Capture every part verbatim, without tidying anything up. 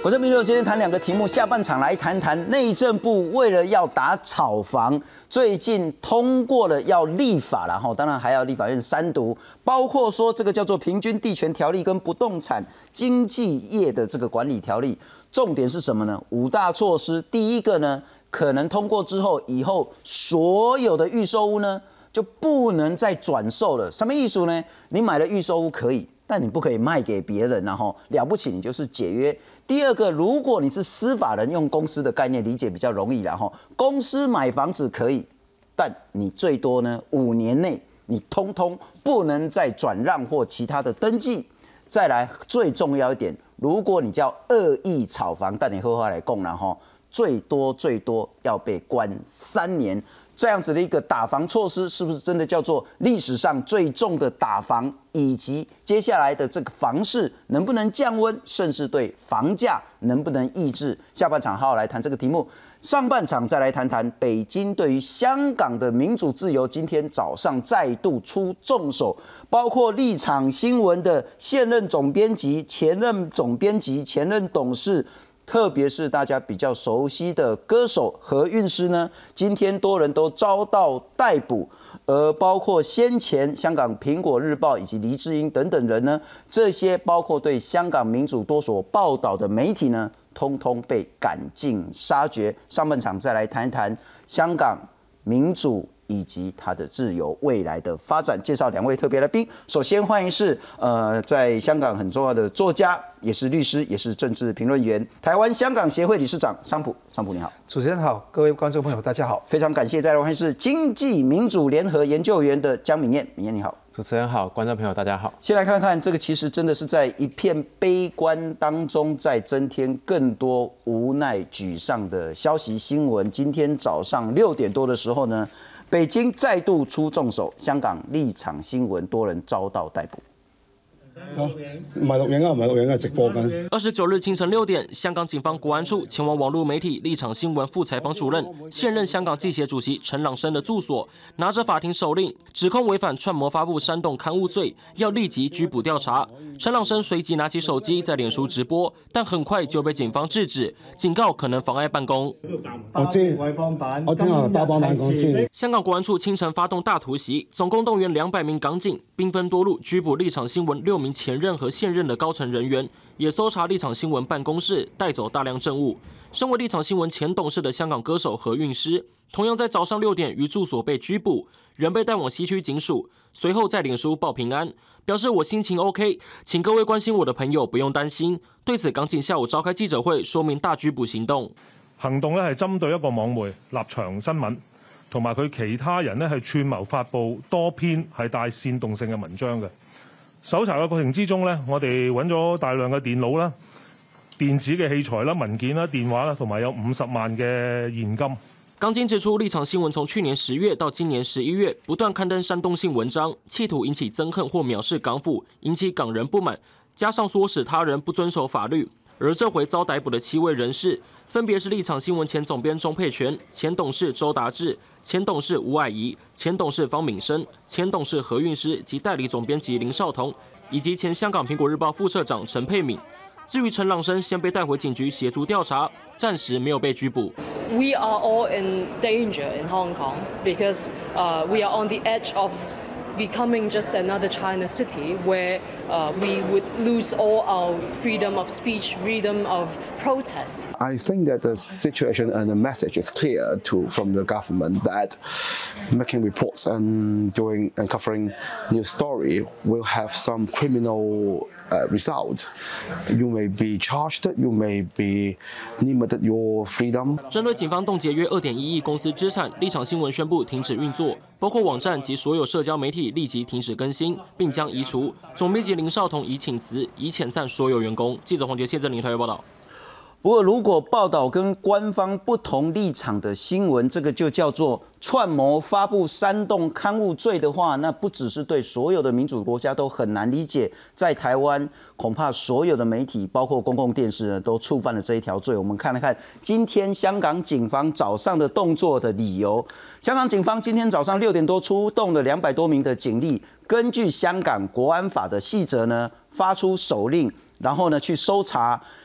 我是民友，今天谈两个题目，下半场来谈谈内政部为了要打炒房，最近通过了要立法了哈，当然还要立法院三读，包括说这个叫做平均地权条例跟不动产经纪业的这个管理条例，重点是什么呢？五大措施，第一个呢，可能通过之后，以后所有的预售屋呢就不能再转售了，什么意思呢？你买了预售屋可以，但你不可以卖给别人，然后了不起你就是解约。第二个，如果你是私法人，用公司的概念理解比较容易啦哈。公司买房子可以，但你最多呢五年内你通通不能再转让或其他的登记。再来最重要一点，如果你叫恶意炒房，但你喝话来供了哈，最多最多要被关三年。这样子的一个打房措施，是不是真的叫做历史上最重的打房？以及接下来的这个房市能不能降温，甚至对房价能不能抑制？下半场好好来谈这个题目。上半场再来谈谈北京对于香港的民主自由，今天早上再度出重手，包括立场新闻的现任总编辑、前任总编辑、前任董事。特别是大家比较熟悉的歌手何韵诗呢，今天多人都遭到逮捕，而包括先前香港苹果日报以及黎智英等等人呢，这些包括对香港民主多所报道的媒体呢，通通被赶尽杀绝。上半场再来谈一谈香港民主以及它的自由未来的发展，介绍两位特别来宾。首先欢迎是呃，在香港很重要的作家，也是律师，也是政治评论员，台湾香港协会理事长桑普。桑普你好。 主持人好，各位观众朋友大家好， 非常感谢。再来欢迎是经济民主联合研究员的江敏燕，敏燕你好。 主持人好，观众朋友大家好。 先来看看这个，其实真的是在一片悲观当中，在增添更多无奈、沮丧的消息新闻。今天早上六点多的时候呢，北京再度出重手，香港立場新聞多人遭到逮捕。 唔係錄影啊，唔係錄影啊，直播緊。 二十九日清晨六点，香港警方国安处前往网络媒体立场新闻副采访主任、现任香港记协主席陈朗生的住所，拿着法庭手令，指控违反串谋发布煽动刊物罪，要立即拘捕调查。陈朗生随即拿起手机在脸书直播，但很快就被警方制止，警告可能妨碍办公。 我知，我聽下打榜版講先。 香港国安处清晨发动大突袭，总共动员两百名港警，兵分多路拘捕立场新闻六名前任和现任的高层人员，也搜查立场新闻办公室，带走大量证物。身为立场新闻前董事的香港歌手何韵诗，同样在早上六点于住所被拘捕，人被带往西区警署，随后在脸书报平安，表示我心情 OK， 请各位关心我的朋友不用担心。对此，港警下午召開記者會，說明大拘捕行動。 行動咧係針對一個網媒立場新聞，同埋佢其他人咧係串謀發布多篇係帶煽動性嘅文章嘅。搜查嘅過程之中咧，我哋揾咗大量嘅電腦啦、電子嘅器材啦、文件啦、電話啦，同埋有五十萬嘅現金。 港警指出，立場新聞從去年十月到今年十一月，不斷刊登煽動性文章，企圖引起憎恨或藐視港府，引起港人不滿，加上唆使他人不遵守法律。而這回遭逮捕的七位人士，分別是立場新聞前總編鍾沛權、前董事周達智、前董事吳靄儀、前董事方敏生、前董事何韻詩及代理總編輯林少彤，以及前香港蘋果日報副社長陳佩敏。至於陳朗生，先被帶回警局協助調查，暫時沒有被拘捕。 We are all in danger in Hong Kong because uh, we are on the edge of becoming just another China city where uh, we would lose all our freedom of speech, freedom of protest. I think that the situation and the message is clear to from the government that making reports and doing and covering news story will have some criminal uh, result. You may be charged, you may be limited your freedom. 针对警方冻结约二点一亿公司资产，立场新闻宣布停止运作，包括网站及所有社交媒体立即停止更新，并将移除。总编辑林少彤已请辞，已遣散所有员工。记者黄杰、谢振林台北报道。 不过，如果报道跟官方不同立场的新闻，这个就叫做串谋发布煽动刊物罪的话，那不只是对所有的民主国家都很难理解，在台湾恐怕所有的媒体，包括公共电视呢，都触犯了这一条罪。我们看了看今天香港警方早上的动作的理由。香港警方今天早上六点多出动了两百多名的警力，根据香港国安法的细则呢，发出手令，然后呢去搜查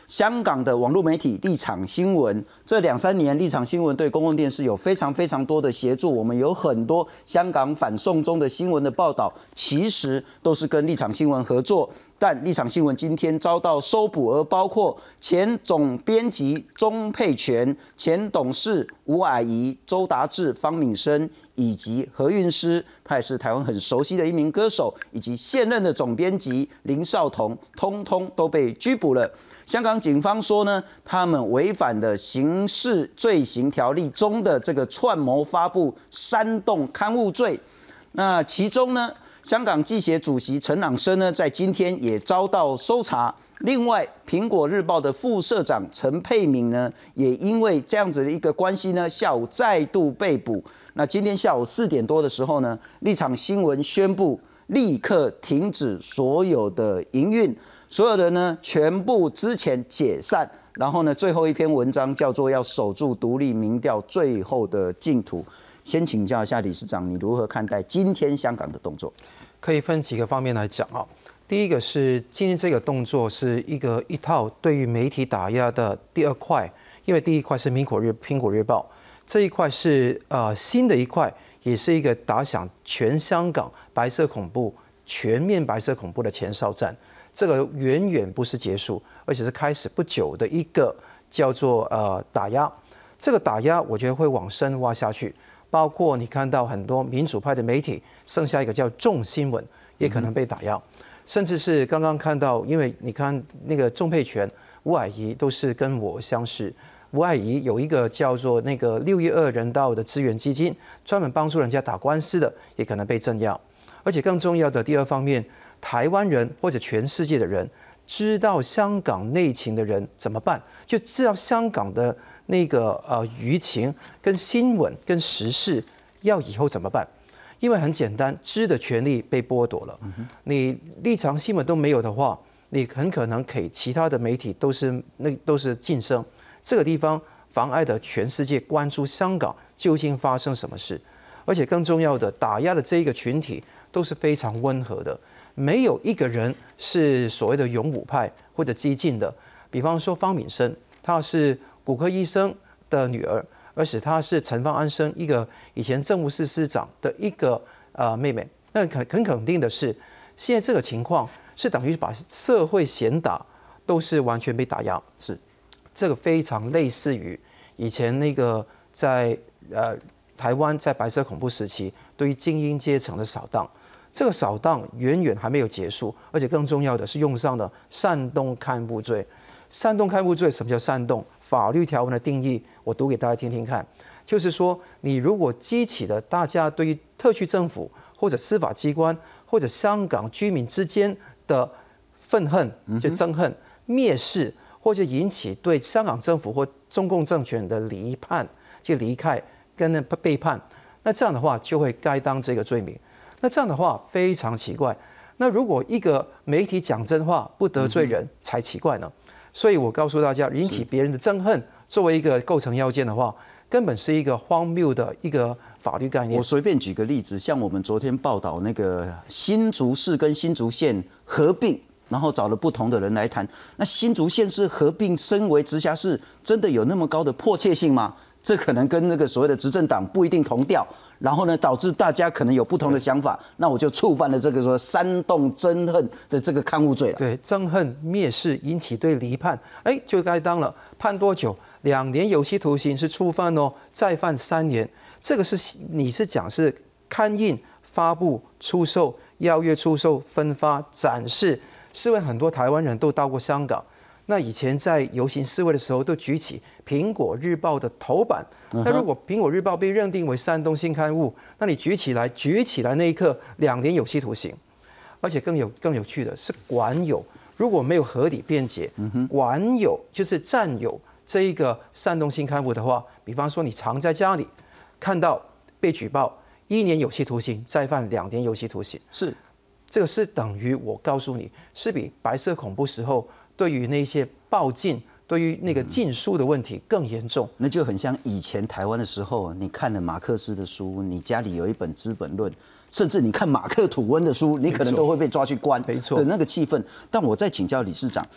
香港的网络媒体立场新闻，这两三年立场新闻对公共电视有非常非常多的协助，我们有很多香港反送中的新闻的报道，其实都是跟立场新闻合作。但立场新闻今天遭到收捕，而包括前总编辑钟佩权、前董事吴霭仪、周达志、方敏生，以及何韵诗，他也是台湾很熟悉的一名歌手，以及现任的总编辑林少彤，通通都被拘捕了。香港警方说呢，他们违反的刑事罪行条例中的这个串谋发布煽动刊物罪。那其中呢，香港记协主席陈朗生呢，在今天也遭到搜查。另外，《苹果日报》的副社长陈佩敏呢，也因为这样子的一个关系呢，下午再度被捕。那今天下午四点多的时候呢，立场新闻宣布立刻停止所有的营运。所有的呢，全部之前解散，然后呢，最后一篇文章叫做要守住独立民调最后的净土。先请教一下理事长，你如何看待今天香港的动作？ 可以分几个方面来讲啊。第一个是今天这个动作是一个一套对于媒体打压的第二块，因为第一块是苹果日苹果日报，这一块是呃新的一块，也是一个打响全香港白色恐怖、全面白色恐怖的前哨战。这个远远不是结束，而且是开始不久的一个叫做呃打压。这个打压，我觉得会往深挖下去，包括你看到很多民主派的媒体，剩下一个叫众新闻，也可能被打压，嗯、甚至是刚刚看到，因为你看那个钟佩权、吴霭仪都是跟我相识。吴霭仪有一个叫做那个六一二人道的资源基金，专门帮助人家打官司的，也可能被镇压。而且更重要的第二方面，台湾人或者全世界的人知道香港内情的人怎么办？就知道香港的那个呃舆情跟新闻跟时事要以后怎么办？因为很简单，知的权利被剥夺了。你立场新闻都没有的话，你很可能给其他的媒体都是那都是晋升。这个地方妨碍的全世界关注香港究竟发生什么事，而且更重要的，打压的这一个群体都是非常温和的。没有一个人是所谓的勇武派或者激进的，比方说方敏生，她是骨科医生的女儿，而且她是陈方安生一个以前政务司司长的一个呃妹妹。那很很肯定的是，现在这个情况是等于把社会贤达都是完全被打压，是这个非常类似于以前那个在呃台湾在白色恐怖时期对于精英阶层的扫荡。这个扫荡远远还没有结束，而且更重要的是用上了煽动刊物罪。煽动刊物罪，什么叫煽动？法律条文的定义，我读给大家听听看。就是说，你如果激起了大家对于特区政府或者司法机关或者香港居民之间的愤恨、就憎恨、蔑视，或者引起对香港政府或中共政权的离叛、就离开跟背叛，那这样的话就会该当这个罪名。那这样的话非常奇怪。那如果一个媒体讲真话不得罪人才奇怪呢？所以我告诉大家，引起别人的憎恨作为一个构成要件的话，根本是一个荒谬的一个法律概念。 我随便举个例子，像我们昨天报道那个新竹市跟新竹县合并，然后找了不同的人来谈。那新竹县市合并升为直辖市，真的有那么高的迫切性吗？这可能跟那个所谓的执政党不一定同调，然后呢，导致大家可能有不同的想法，那我就触犯了这个说煽动憎恨的这个刊物罪了。 对，憎恨、蔑视引起对离叛，哎，就该当了。判多久？两年有期徒刑是初犯哦，再犯三年。这个是你是讲是刊印、发布、出售、邀约出售、分发、展示。试问很多台湾人都到过香港。那以前在游行示威的时候，都举起《苹果日报》的头版。那如果《苹果日报》被认定为煽动性刊物，那你举起来，举起来那一刻，两年有期徒刑。而且更有更有趣的是，管有如果没有合理辩解，管有就是占有这一个煽动性刊物的话，比方说你常在家里看到被举报，一年有期徒刑，再犯两年有期徒刑。 是， 这个是等于我告诉你，是比白色恐怖时候。对于那些报禁，对于那个禁书的问题更严重， 那就很像以前台湾的时候，你看了马克思的书，你家里有一本《资本论》，甚至你看马克吐温的书，你可能都会被抓去关， 没错的那个气氛。但我再请教理事长，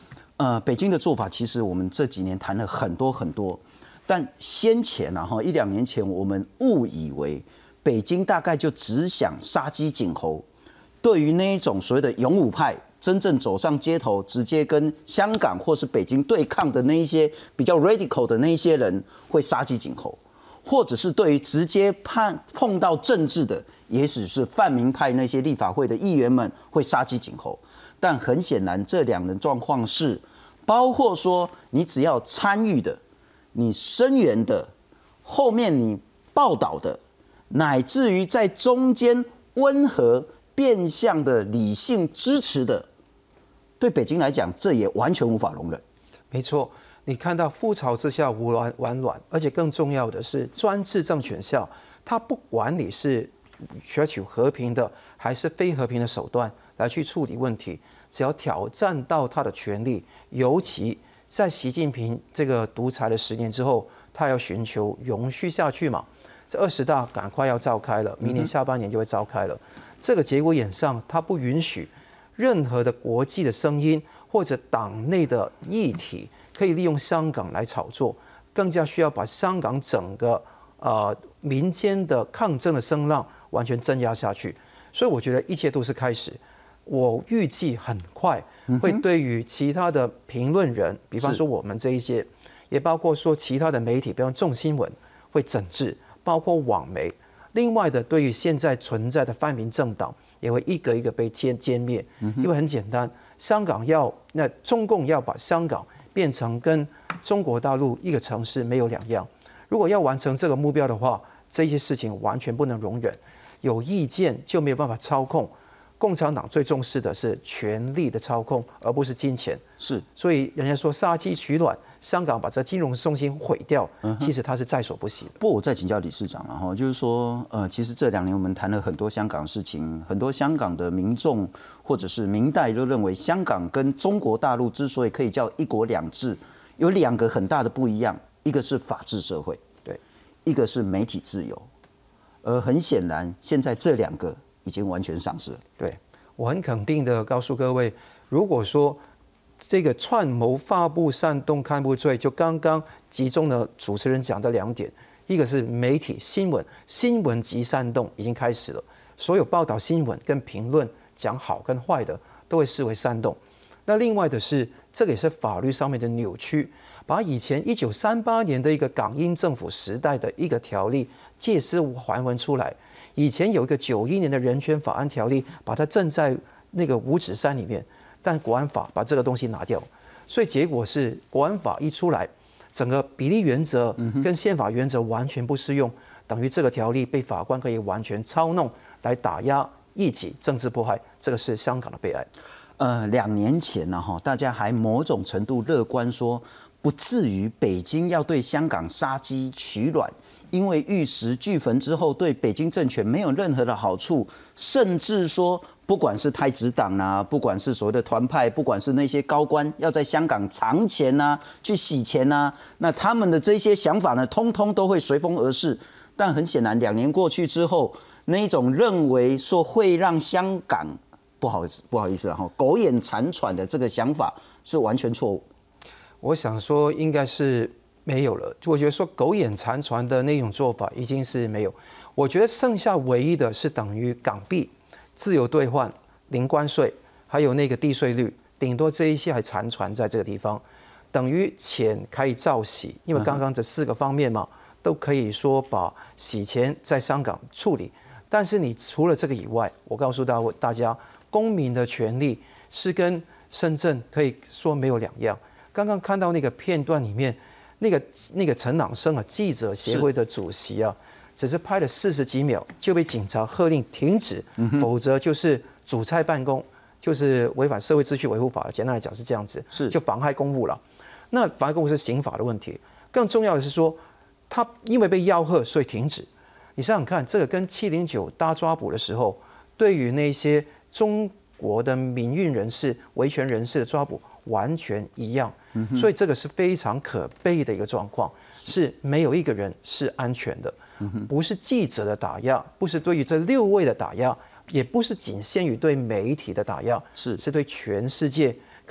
呃，北京的做法其实我们这几年谈了很多很多，但先前啊哈一两年前我们误以为北京大概就只想杀鸡儆猴，对于那一种所谓的勇武派，真正走上街头，直接跟香港或是北京对抗的那一些比较 radical 的那一些人会杀鸡儆猴，或者是对于直接判碰到政治的，也许是泛民派那些立法会的议员们会杀鸡儆猴。但很显然，这两人状况是，包括说你只要参与的、你声援的、后面你报道的，乃至于在中间温和变相的理性支持的，对北京来讲，这也完全无法容忍。 没错，你看到覆巢之下无完卵，而且更重要的是，专制政权下，它不管你是采取和平的还是非和平的手段来去处理问题，只要挑战到他的权利，尤其在习近平这个独裁了十年之后，他要寻求永续下去嘛。这二十大赶快要召开了，明年下半年就会召开了。这个节骨眼上，他不允许任何的国际的声音或者党内的议题可以利用香港来炒作，更加需要把香港整个呃民间的抗争的声浪完全镇压下去。所以我觉得一切都是开始。我预计很快会对于其他的评论人，比方说我们这一些，也包括说其他的媒体，比方众新闻会整治，包括网媒。另外的，对于现在存在的泛民政党，也会一个一个被歼歼灭。因为很简单，香港要那中共要把香港变成跟中国大陆一个城市没有两样。如果要完成这个目标的话，这些事情完全不能容忍。有意见就没有办法操控。共产党最重视的是权力的操控，而不是金钱。 是， 所以人家说杀鸡取卵，香港把这金融中心毁掉，其实它是在所不惜的。 不过我再请教理事长了哈，就是说，呃，其实这两年我们谈了很多香港事情，很多香港的民众或者是民代都认为，香港跟中国大陆之所以可以叫一国两制，有两个很大的不一样，一个是法治社会， 对， 一个是媒体自由。而很显然，现在这两个已经完全丧失了。 对，我很肯定的告诉各位，如果说这个串谋发布煽动刊物罪，就刚刚集中的主持人讲的两点，一个是媒体新闻，新闻及煽动已经开始了，所有报道新闻跟评论讲好跟坏的都会视为煽动。那另外的是，这个也是法律上面的扭曲，把以前一九三八年的一个港英政府时代的一个条例借尸还魂出来。以前有一个九一年的人权法案条例，把它镇在那个五指山里面，但国安法把这个东西拿掉，所以结果是国安法一出来，整个比例原则跟宪法原则完全不适用，等于这个条例被法官可以完全操弄来打压异己、政治迫害，这个是香港的悲哀。 呃，两年前呢，哈，大家还某种程度乐观说，不至于北京要对香港杀鸡取卵。因为玉石俱焚之后，对北京政权没有任何的好处，甚至说，不管是太子党啊，不管是所谓的团派，不管是那些高官要在香港藏钱啊，去洗钱啊，那他们的这些想法呢，通通都会随风而逝。但很显然，两年过去之后，那一种认为说会让香港不好意思不好意思啊，苟延残喘的这个想法是完全错误。 我想说，应该是。没有了，我觉得说苟延残喘的那种做法已经是没有。我觉得剩下唯一的是等于港币自由兑换、零关税，还有那个低税率，顶多这一些还残存在这个地方，等于钱可以照洗。因为刚刚这四个方面嘛，都可以说把洗钱在香港处理。但是你除了这个以外，我告诉大大家，公民的权利是跟深圳可以说没有两样。刚刚看到那个片段里面。那个那个陈朗生啊，记者协会的主席啊，只是拍了四十几秒就被警察喝令停止，嗯、否则就是主菜办公，就是违反社会秩序维护法。简单来讲是这样子， 是就妨害公务了。那妨害公务是刑法的问题，更重要的是说，他因为被吆喝，所以停止。你想想看，这个跟七零九大抓捕的时候，对于那些中国的民运人士、维权人士的抓捕完全一样。所以这个是非常可悲的一个状况，是没有一个人是安全的，不是记者的打压，不是对于这六位的打压，也不是仅限于对媒体的打压， 是是对全世界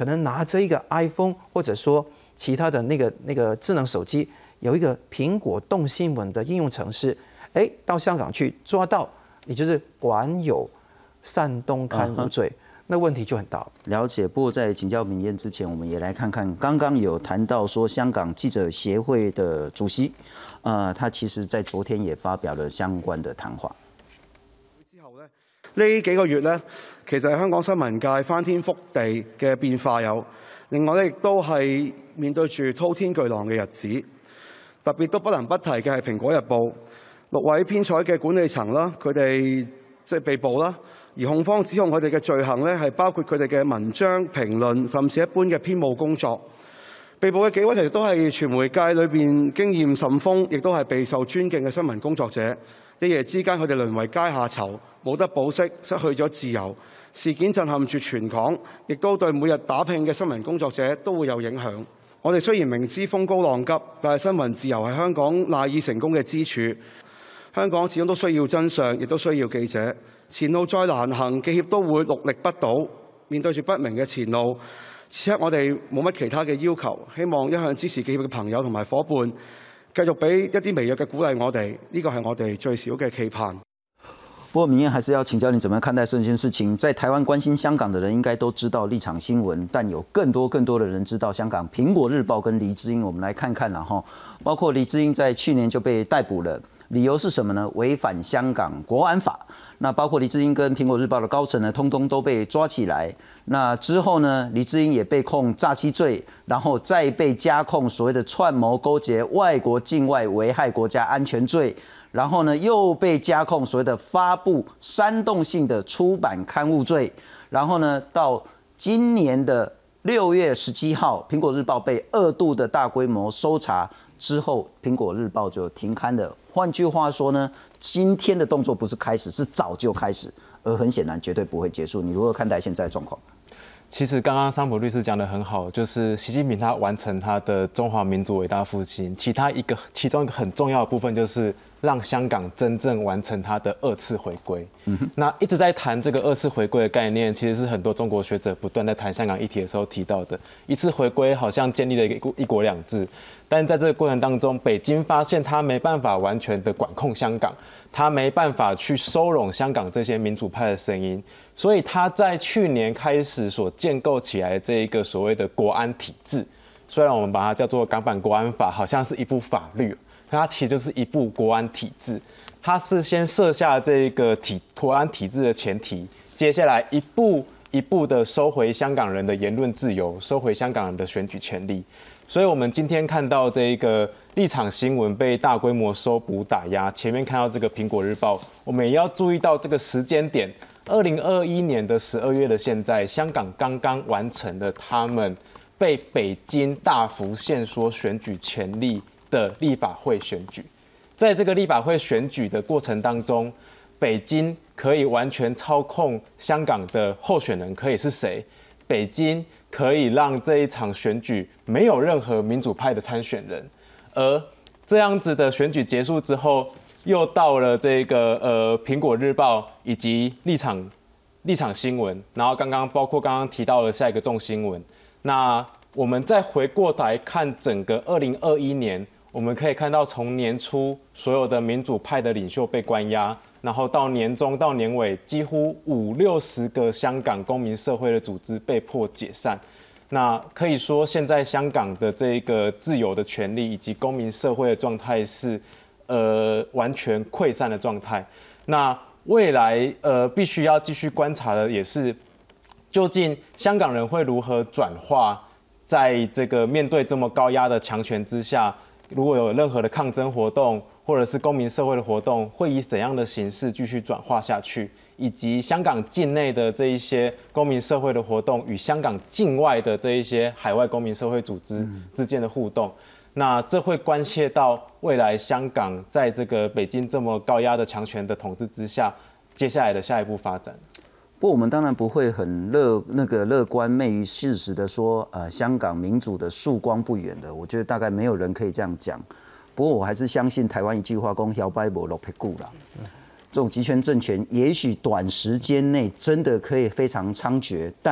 可能拿着一个 iPhone 或者说其他的那个那个智能手机，有一个苹果动新闻的应用程式，哎，到香港去抓到，也就是管有煽动刊物罪。Uh-huh. 那问题就很大。 了解。不过在请教明彦之前，我们也来看看刚刚有談到說香港記者協會的主席，呃，他其實在昨天也發表了相關的談話。 之後咧，呢幾個月咧，其實係香港新聞界翻天覆地嘅變化有。另外咧，亦都係面對住滔天巨浪嘅日子。特別都不能不提嘅係《蘋果日報》六位編採嘅管理層啦，佢哋即係被捕啦。而控方指控佢哋嘅罪行咧，係包括佢哋嘅文章、評論，甚至一般嘅編務工作。被捕嘅幾位其實都係傳媒界裏邊經驗甚豐，亦都係備受尊敬嘅新聞工作者。一夜之間，佢哋淪為階下囚，冇得保釋，失去咗自由。事件震撼住全港，亦都對每日打拼嘅新聞工作者都會有影響。我哋雖然明知風高浪急，但係新聞自由係香港賴以成功嘅支柱。香港始終都需要真相，亦都需要記者。前路再難行，記協都會戮力不倒。面對住不明嘅前路，此刻我哋冇乜其他嘅要求，希望一向支持記協嘅朋友同埋伙伴，繼續俾一啲微弱嘅鼓勵我哋，呢個係我哋最少嘅期盼。 不過明彦還是要請教你怎麼樣看待這件事情。在台灣關心香港的人應該都知道立場新聞，但有更多更多的人知道香港蘋果日報跟黎智英。我們來看看啦，哈，包括黎智英在去年就被逮捕了，理由是什麼呢？違反香港國安法。那包括黎智英跟蘋果日報的高層呢，通通都被抓起來。那之後呢，黎智英也被控詐欺罪，然後再被加控所謂的串謀勾結外國境外危害國家安全罪。然後呢，又被加控所謂的發布煽動性的出版刊物罪。然後呢，到今年的六月十七號，蘋果日報被二度的大規模搜查之後，蘋果日報就停刊了。換句話說呢，今天的動作不是開始，是早就開始，而很顯然絕對不會結束。你如何看待現在的狀況？ 其實剛剛桑普律師講得很好，就是習近平他完成他的中華民族偉大復興，其他一個其中一個很重要的部分就是讓香港真正完成它的二次回歸。嗯、那一直在談這個二次回歸的概念，其實是很多中國學者不斷在談香港議題的時候提到的。一次回歸好像建立了一個一國兩制，但在這個過程當中，北京發現它沒辦法完全的管控香港，它沒辦法去收攏香港這些民主派的聲音，所以他在去年開始所建構起來的這一個所謂的國安體制，雖然我們把它叫做港版國安法，好像是一部法律，它其實就是一部國安體制。它是先設下這個體國安體制的前提，接下來一步一步的收回香港人的言論自由，收回香港人的選舉權利。所以我們今天看到這一個立場新聞被大規模搜捕打壓，前面看到這個蘋果日報，我們也要注意到這個時間點。二零二一年的十二月的現在，香港剛剛完成了他們被北京大幅限縮選舉權利的立法會選舉。在這個立法會選舉的過程當中，北京可以完全操控香港的候選人可以是誰，北京可以讓這一場選舉沒有任何民主派的參選人，而這樣子的選舉結束之後，又到了這個呃蘋果日報以及立場立場新聞，然後剛剛包括剛剛提到的下一個眾新聞。那我們再回過來看整個二零二一年，我們可以看到從年初所有的民主派的領袖被關押，然後到年中到年尾，幾乎五六十個香港公民社會的組織被迫解散。那可以說，現在香港的這個自由的權利以及公民社會的狀態是呃，完全潰散的狀態。那未來呃，必須要繼續觀察的也是，究竟香港人會如何轉化，在這個面對這麼高壓的強權之下，如果有任何的抗爭活動，或者是公民社會的活動，會以怎樣的形式繼續轉化下去，以及香港境內的這一些公民社會的活動與香港境外的這一些海外公民社會組織之間的互動。嗯，那這會關切到未來香港在這個北京這麼高壓的強權的統治之下，接下來的下一步發展。 不過我們當然不會很樂那個樂觀昧於事實的說，呃，香港民主的曙光不遠的。我覺得大概沒有人可以這樣講。不過我還是相信台灣一句話講，搖擺無落屁股啦。這種集權政權也許短時間內真的可以非常猖獗，但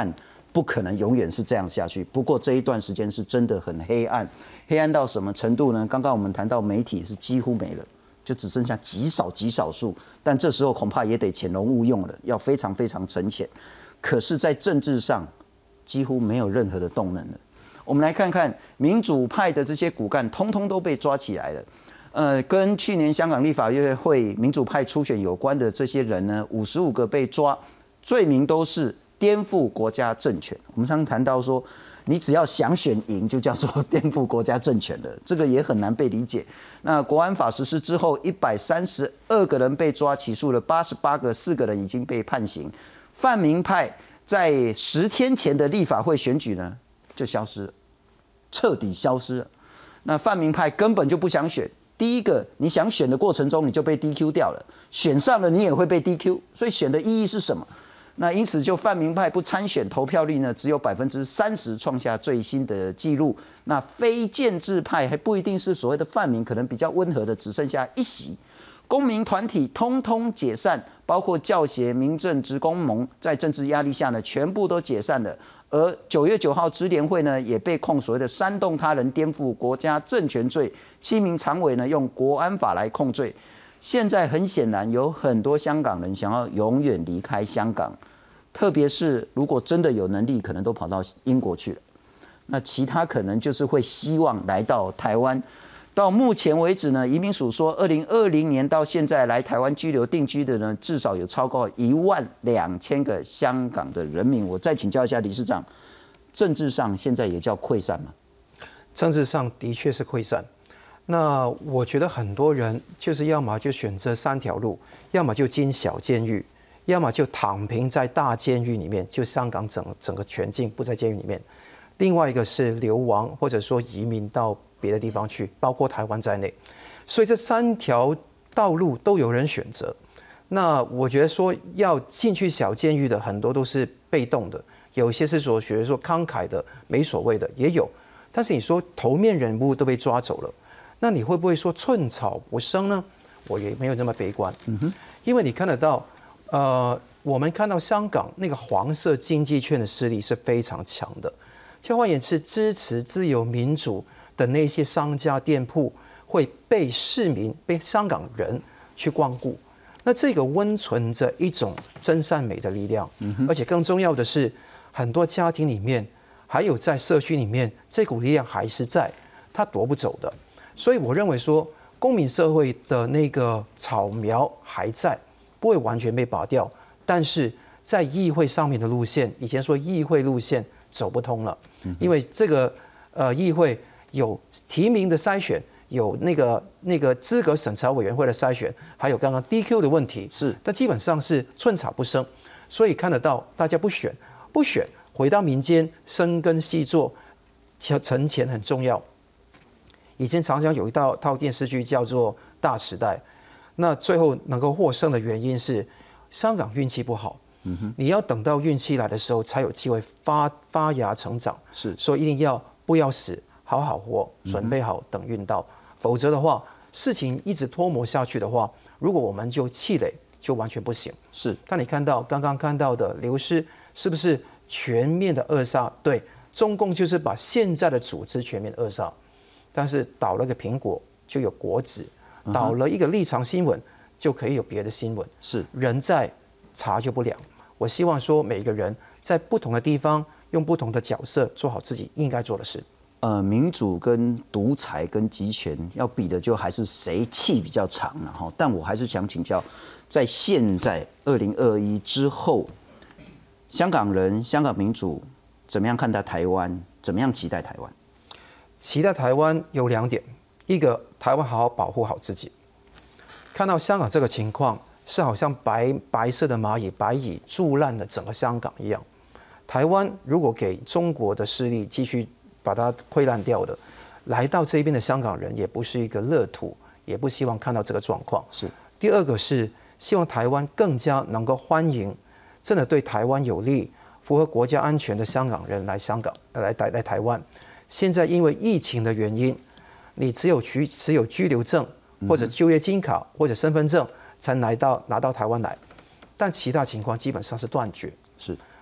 不可能永远是这样下去。不过这一段时间是真的很黑暗，黑暗到什么程度呢？刚刚我们谈到媒体是几乎没了，就只剩下极少极少数，但这时候恐怕也得潜龙勿用了，要非常非常沉潜。可是，在政治上几乎没有任何的动能了。我们来看看民主派的这些骨干，通通都被抓起来了。呃，跟去年香港立法院会民主派初选有关的这些人呢，五十五个被抓，罪名都是颠覆国家政权。我们常常谈到说，你只要想选赢，就叫做颠覆国家政权了，这个也很难被理解。那国安法实施之后，一百三十二个人被抓，起诉了八十八个，四个人已经被判刑。泛民派在十天前的立法会选举呢，就消失了，彻底消失了。那泛民派根本就不想选。第一个，你想选的过程中你就被 D Q 掉了，选上了你也会被 D Q， 所以选的意义是什么？那因此就泛民派不参选，投票率呢只有百分之三十，创下最新的纪录。那非建制派还不一定是所谓的泛民，可能比较温和的，只剩下一席。公民团体通通解散，包括教协、民政、职工盟，在政治压力下呢，全部都解散了。而九月九号支联会呢，也被控所谓的煽动他人颠覆国家政权罪，七名常委呢用国安法来控罪。现在很显然，有很多香港人想要永远离开香港，特别是如果真的有能力，可能都跑到英国去了。那其他可能就是会希望来到台湾。到目前为止呢，移民署说，二零二零年到现在来台湾居留定居的呢，至少有超过一万两千个香港的人民。我再请教一下理事长，政治上现在也叫溃散吗？ 政治上的确是溃散。那我觉得很多人就是要么就选择三条路，要么就进小监狱，要么就躺平在大监狱里面，就香港整整个全境不在监狱里面。另外一个是流亡或者说移民到别的地方去，包括台湾在内。所以这三条道路都有人选择。那我觉得说要进去小监狱的很多都是被动的，有些是所学说慷慨的没所谓的也有。但是你说头面人物都被抓走了，那你会不会说寸草不生呢？我也没有这么悲观。嗯哼，因为你看得到，呃，我们看到香港那个黄色经济圈的势力是非常强的。就换言之，支持自由民主的那些商家店铺会被市民、被香港人去光顾。那这个温存着一种真善美的力量，而且更重要的是，很多家庭里面，还有在社区里面，这股力量还是在，它夺不走的。所以我认为说，公民社会的那个草苗还在，不会完全被拔掉，但是在议会上面的路线，以前说议会路线走不通了，因为这个呃议会有提名的筛选，有那个那个资格审查委员会的筛选，还有刚刚 D Q 的问题，是，但基本上是寸草不生，所以看得到大家不选，不选，回到民间深耕细作，沉潜很重要。以前常常有一套套电视剧叫做《大时代》，那最后能够获胜的原因是香港运气不好。嗯、你要等到运气来的时候，才有机会发发芽成长。是，所以一定要不要死，好好活，准备好等运到。嗯、否则的话，事情一直拖磨下去的话，如果我们就气馁，就完全不行。是，但你看到刚刚看到的流失，是不是全面的扼杀？对，中共就是把现在的组织全面扼杀。但是倒了个苹果就有果子，倒了一个立场新闻就可以有别的新闻。是，人在察觉不了。我希望说每个人在不同的地方用不同的角色做好自己应该做的事。 呃，民主跟独裁跟集权要比的就还是谁气比较长了哈。但我还是想请教，在现在二零二一之后，香港人、香港民主怎么样看待台湾？怎么样期待台湾？ 期待台湾有两点，一个台湾好好保护好自己。看到香港这个情况，是好像白白色的蚂蚁白蚁蛀烂了整个香港一样。台湾如果给中国的势力继续把它溃烂掉的，来到这边的香港人也不是一个乐土，也不希望看到这个状况。是。第二个是希望台湾更加能够欢迎真的对台湾有利、符合国家安全的香港人来香港来来来台湾。现在因为疫情的原因，你只有居只有居留证或者就业金卡或者身份证才来到拿到台湾来，但其他情况基本上是断绝。是，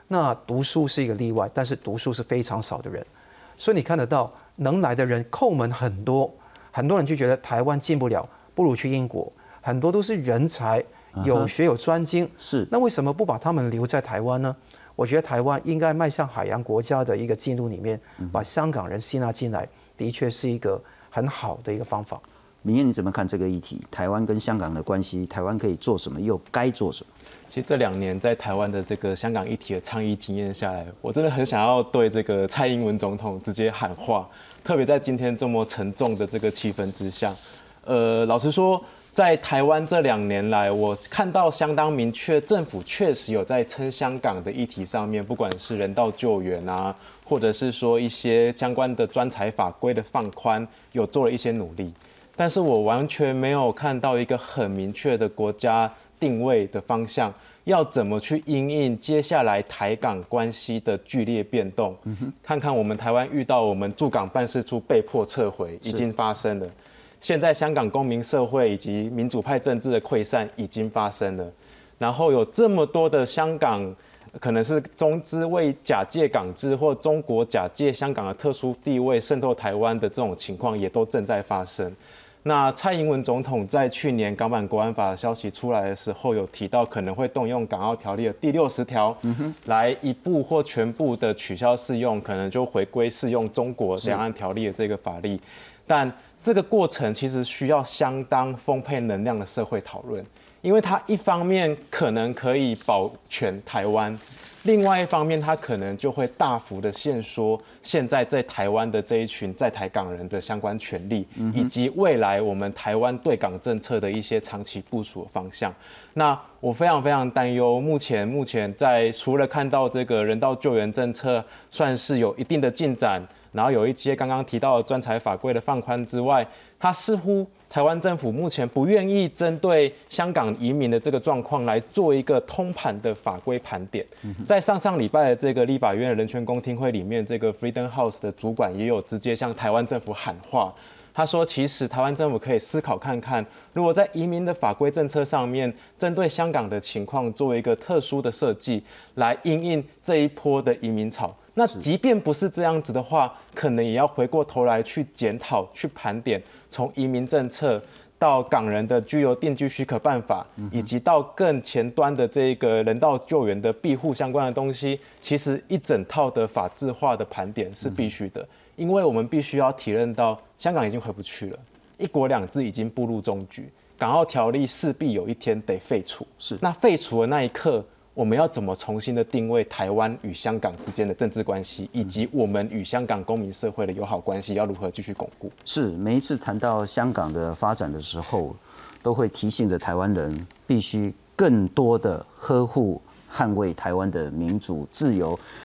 那读书是一个例外，但是读书是非常少的人，所以你看得到能来的人叩门很多，很多人就觉得台湾进不了，不如去英国，很多都是人才，有学有专精， 是， 那为什么不把他们留在台湾呢？我觉得台湾应该迈向海洋国家的一个进路里面，把香港人吸纳进来，的确是一个很好的一个方法。 明燕，你怎么看这个议题？台湾跟香港的关系，台湾可以做什么，又该做什么？ 其实这两年在台湾的这个香港议题的倡议经验下来，我真的很想要对这个蔡英文总统直接喊话，特别在今天这么沉重的这个气氛之下，呃，老实说，在台湾这两年来，我看到相当明确，政府确实有在撑香港的议题上面，不管是人道救援啊，或者是说一些相关的专采法规的放宽，有做了一些努力。但是我完全没有看到一个很明确的国家定位的方向，要怎么去因应接下来台港关系的剧烈变动。嗯、看看我们台湾遇到我们驻港办事处被迫撤回已经发生了，现在香港公民社会以及民主派政治的溃散已经发生了，然后有这么多的香港可能是中资为假借港资或中国假借香港的特殊地位渗透台湾的这种情况也都正在发生。那蔡英文总统在去年港版国安法的消息出来的时候，有提到可能会动用港澳条例的第六十条，来一部或全部的取消适用，可能就回归适用中国两岸条例的这个法律。但这个过程其实需要相当丰沛能量的社会讨论，因为它一方面可能可以保全台湾，另外一方面它可能就会大幅的限缩现在在台湾的这一群在台港人的相关权利，以及未来我们台湾对港政策的一些长期部署的方向。那我非常非常担忧，目前目前在除了看到这个人道救援政策算是有一定的进展，然后有一些刚刚提到的专采法规的放宽之外，它似乎台湾政府目前不愿意针对香港移民的这个状况来做一个通盘的法规盘点。在上上礼拜的这个立法院的人权公听会里面，这个 Freedom House 的主管也有直接向台湾政府喊话，他说其实台湾政府可以思考看看，如果在移民的法规政策上面，针对香港的情况做一个特殊的设计，来因应这一波的移民潮。那即便不是这样子的话，可能也要回过头来去检讨、去盘点，从移民政策到港人的居留定居许可办法，以及到更前端的这个人道救援的庇护相关的东西，其实一整套的法制化的盘点是必须的，因为我们必须要体认到，香港已经回不去了，一国两制已经步入终局，港澳条例势必有一天得废除。是，那废除的那一刻，我们要怎么重新的定位台湾与香港之间的政治关系，以及我们与香港公民社会的友好关系要如何继续巩固？ 是，每一次谈到香港的发展的时候，都会提醒着台湾人必须更多的呵护、捍卫台湾的民主自由。